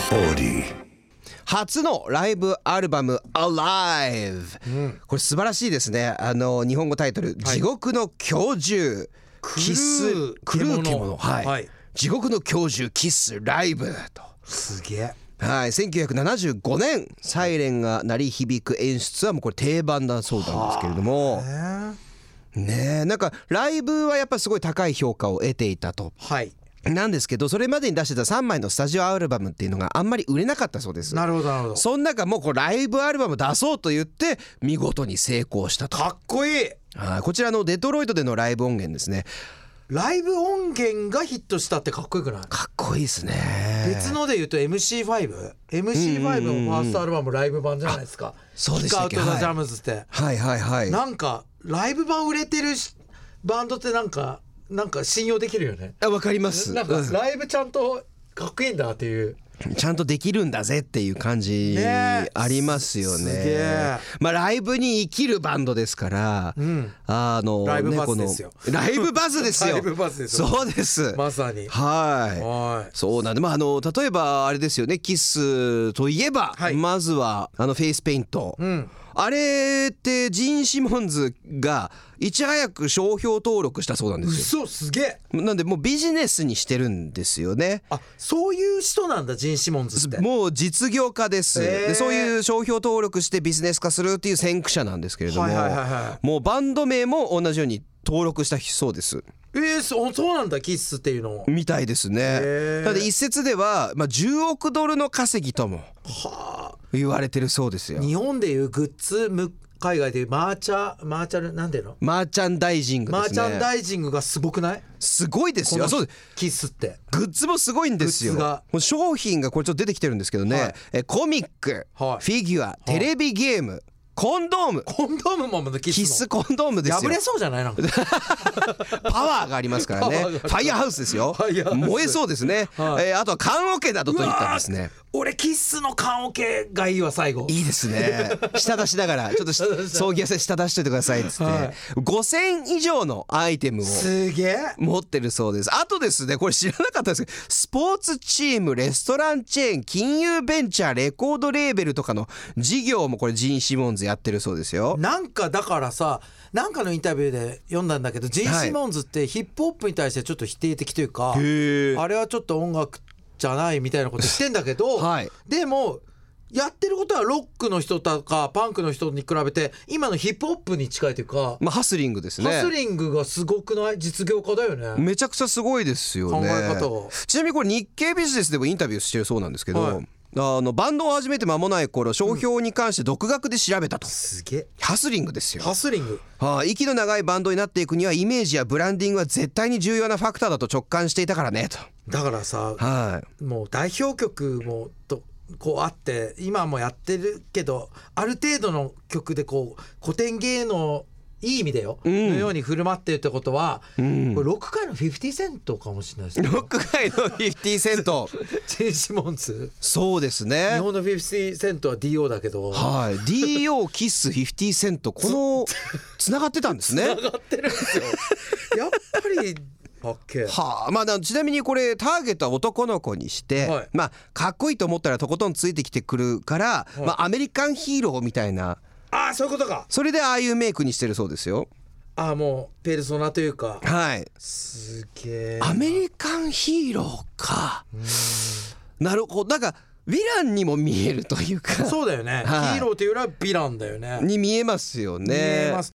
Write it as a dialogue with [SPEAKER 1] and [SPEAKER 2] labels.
[SPEAKER 1] 初のライブアルバム Alive、これ素晴らしいですね。日本語タイトル、地獄の教授キス狂う獣、地獄の教授キスライブと。
[SPEAKER 2] すげえ。
[SPEAKER 1] はい、1975年サイレンが鳴り響く演出はもうこれ定番だそうなんですけれどもね、なんかライブはやっぱすごい高い評価を得ていたと、なんですけど、それまでに出してた3枚のスタジオアルバムっていうのがあんまり売れなかったそうです。
[SPEAKER 2] なるほどなるほど。
[SPEAKER 1] その中もうこうライブアルバム出そうと言って見事に成功したと。
[SPEAKER 2] かっこいい。
[SPEAKER 1] こちらのデトロイトでのライブ音源ですね。
[SPEAKER 2] ライブ音源がヒットしたってかっこよくない？
[SPEAKER 1] かっこいいですね。
[SPEAKER 2] 別ので言うと MC5 のファーストアルバムライブ版じゃないですか。
[SPEAKER 1] そうでしたっけ。
[SPEAKER 2] キックアウト・ザ・ジャムズって、なんかライブ版売れてるバンドってなんか信用できるよね。
[SPEAKER 1] わかります。
[SPEAKER 2] なんかライブちゃんとかっこいいんだっていう、
[SPEAKER 1] ちゃんとできるんだぜっていう感じありますよね。
[SPEAKER 2] すげえ。
[SPEAKER 1] まあライブに生きるバンドですから、
[SPEAKER 2] ライブバズですよ。
[SPEAKER 1] ライブバズですよ。
[SPEAKER 2] ライブバズですよ。
[SPEAKER 1] そうです。
[SPEAKER 2] まさに。
[SPEAKER 1] そうなんで、例えばあれですよね。キスといえば、まずはフェイスペイント。あれってジーン・シモンズがいち早く商標登録したそうなんですよ。
[SPEAKER 2] 嘘、すげえ。
[SPEAKER 1] なんでもうビジネスにしてるんですよね。
[SPEAKER 2] そういう人なんだジーン・シモンズって。
[SPEAKER 1] もう実業家です。でそういう商標登録してビジネス化するっていう先駆者なんですけれども、もうバンド名も同じように登録したそうです。
[SPEAKER 2] そうなんだ、キスっていうの
[SPEAKER 1] みたいですね。なので一説では、10億ドルの稼ぎとも言われてるそうですよ。
[SPEAKER 2] 日本でいうグッズ、海外でいうマーチャルなんていうの？
[SPEAKER 1] マーチャンダイジングですね。
[SPEAKER 2] マーチャンダイジングがすごくない？す
[SPEAKER 1] ごいですよ。そうです。
[SPEAKER 2] キスって
[SPEAKER 1] グッズもすごいんですよ。もう商品がこれちょっと出てきてるんですけどね、コミック、フィギュア、テレビゲーム、コンドームもキスコンドームですよ。
[SPEAKER 2] 破れそうじゃないの？
[SPEAKER 1] パワーがありますからね。ファイヤーハウスですよ。燃えそうですね。あとは棺桶などといったですね。
[SPEAKER 2] 俺キスの棺桶がいいわ。最後
[SPEAKER 1] いいですね。下出しながらちょっと葬儀屋さん下出しといてくださいっつって、5000以上のアイテムを持ってるそうです。あとですね、これ知らなかったんですけど、スポーツチーム、レストランチェーン、金融ベンチャー、レコードレーベルとかの事業もこれジーン・シモンズやってるそうですよ。
[SPEAKER 2] なんかだからさ、なんかのインタビューで読んだんだけど、ジーン・シモンズってヒップホップに対してちょっと否定的というか、あれはちょっと音楽じゃないみたいなこと言ってんだけど、でもやってることはロックの人とかパンクの人に比べて今のヒップホップに近いというか、
[SPEAKER 1] ハスリングですね。
[SPEAKER 2] ハスリングがすごくない？実業家だよね。
[SPEAKER 1] めちゃくちゃすごいですよね。
[SPEAKER 2] 考え方が。
[SPEAKER 1] ちなみにこれ日経ビジネスでもインタビューしてるそうなんですけど、バンドを始めて間もない頃、商標に関して独学で調べたと。
[SPEAKER 2] すげえ。
[SPEAKER 1] ハスリングですよ。
[SPEAKER 2] ハスリング。
[SPEAKER 1] 息の長いバンドになっていくにはイメージやブランディングは絶対に重要なファクターだと直感していたからねと。
[SPEAKER 2] だからさ、もう代表曲もこうあって今もやってるけど、ある程度の曲でこう古典芸能いい意味でのように振る舞ってるってことは、これロック界の50セントかもしれないですね。
[SPEAKER 1] ロック界の50セント
[SPEAKER 2] ジェン・シモンズ。
[SPEAKER 1] そうですね。
[SPEAKER 2] 日本の50セントは DO だけど、
[SPEAKER 1] DO キス50セント、このつながってたんですね。
[SPEAKER 2] つながってるんですよ。やっぱり
[SPEAKER 1] ちなみにこれターゲットは男の子にして、かっこいいと思ったらとことんついてきてくるから、アメリカンヒーローみたいな。
[SPEAKER 2] そういうことか。
[SPEAKER 1] それでああいうメイクにしてるそうですよ。
[SPEAKER 2] もうペルソナというか。すげえ。
[SPEAKER 1] アメリカンヒーローか。なるほど。なんかヴィランにも見えるというか。
[SPEAKER 2] そうだよね。ヒーローというよりはヴィランだよね。
[SPEAKER 1] に見えますよね。見えます。